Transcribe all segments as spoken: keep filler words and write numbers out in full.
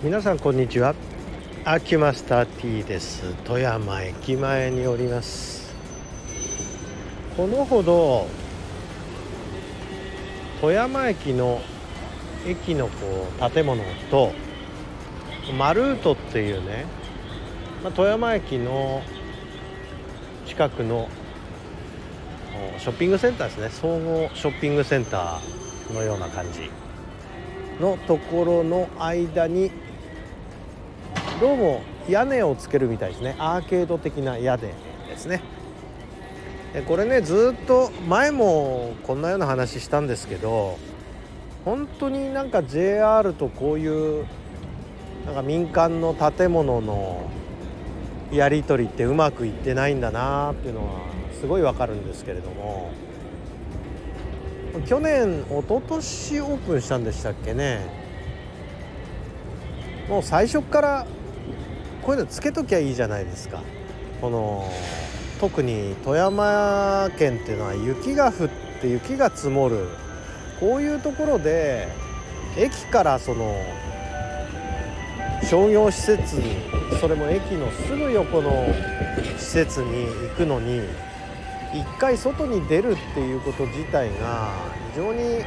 皆さんこんにちは。アキュマスター T です。富山駅前におります。このほど富山駅の駅のこう建物とマルートっていうね、まあ、富山駅の近くのショッピングセンターですね、総合ショッピングセンターのような感じのところの間にどうも屋根をつけるみたいですね。アーケード的な屋根ですね。でこれね、ずっと前もこんなような話したんですけど、本当になんか ジェイアール とこういうなんか民間の建物のやり取りってうまくいってないんだなっていうのはすごいわかるんですけれども、去年一昨年オープンしたんでしたっけね。もう最初からこういうのつけときゃいいじゃないですか。この特に富山県っていうのは雪が降って雪が積もる、こういうところで駅からその商業施設に、それも駅のすぐ横の施設に行くのに一回外に出るっていうこと自体が非常に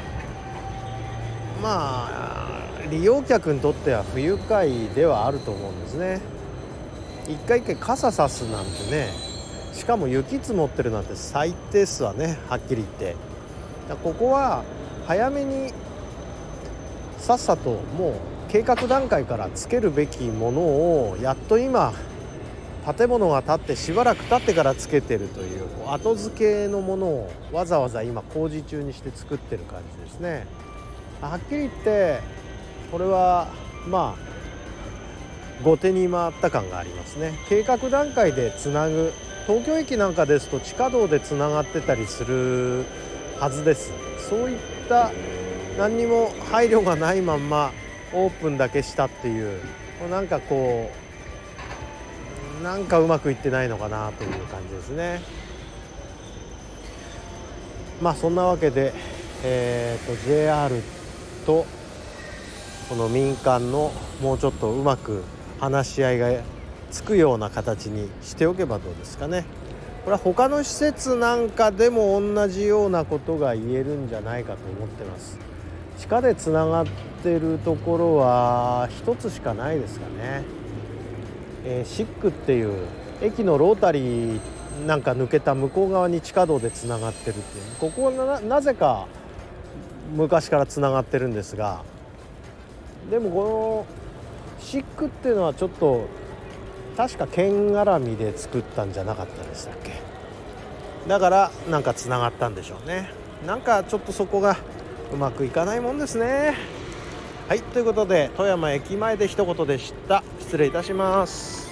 まあ利用客にとっては不愉快ではあると思うんですね。一回一回傘さすなんてね、しかも雪積もってるなんて最低っすわね、はっきり言って。ここは早めにさっさともう計画段階からつけるべきものをやっと今建物が建ってしばらく経ってからつけてるという、後付けのものをわざわざ今工事中にして作ってる感じですね。はっきり言ってこれはまあ後手に回った感がありますね。計画段階でつなぐ、東京駅なんかですと地下道でつながってたりするはずです。そういった何にも配慮がないまんまオープンだけしたっていう、なんかこうなんかうまくいってないのかなという感じですね。まあそんなわけで、えー、と ジェイアール とこの民間のもうちょっとうまく話し合いがつくような形にしておけばどうですかね。これは他の施設なんかでも同じようなことが言えるんじゃないかと思ってます。地下でつながってるところは一つしかないですかね。えー、シックっていう駅のロータリーなんか抜けた向こう側に地下道でつながってるっていう、ここは な, なぜか昔からつながってるんですが、でもこのシックっていうのはちょっと確か県絡みで作ったんじゃなかったでしたっけ。だからなんかつながったんでしょうね。なんかちょっとそこがうまくいかないもんですね。はい、ということで富山駅前で一言でした。失礼いたします。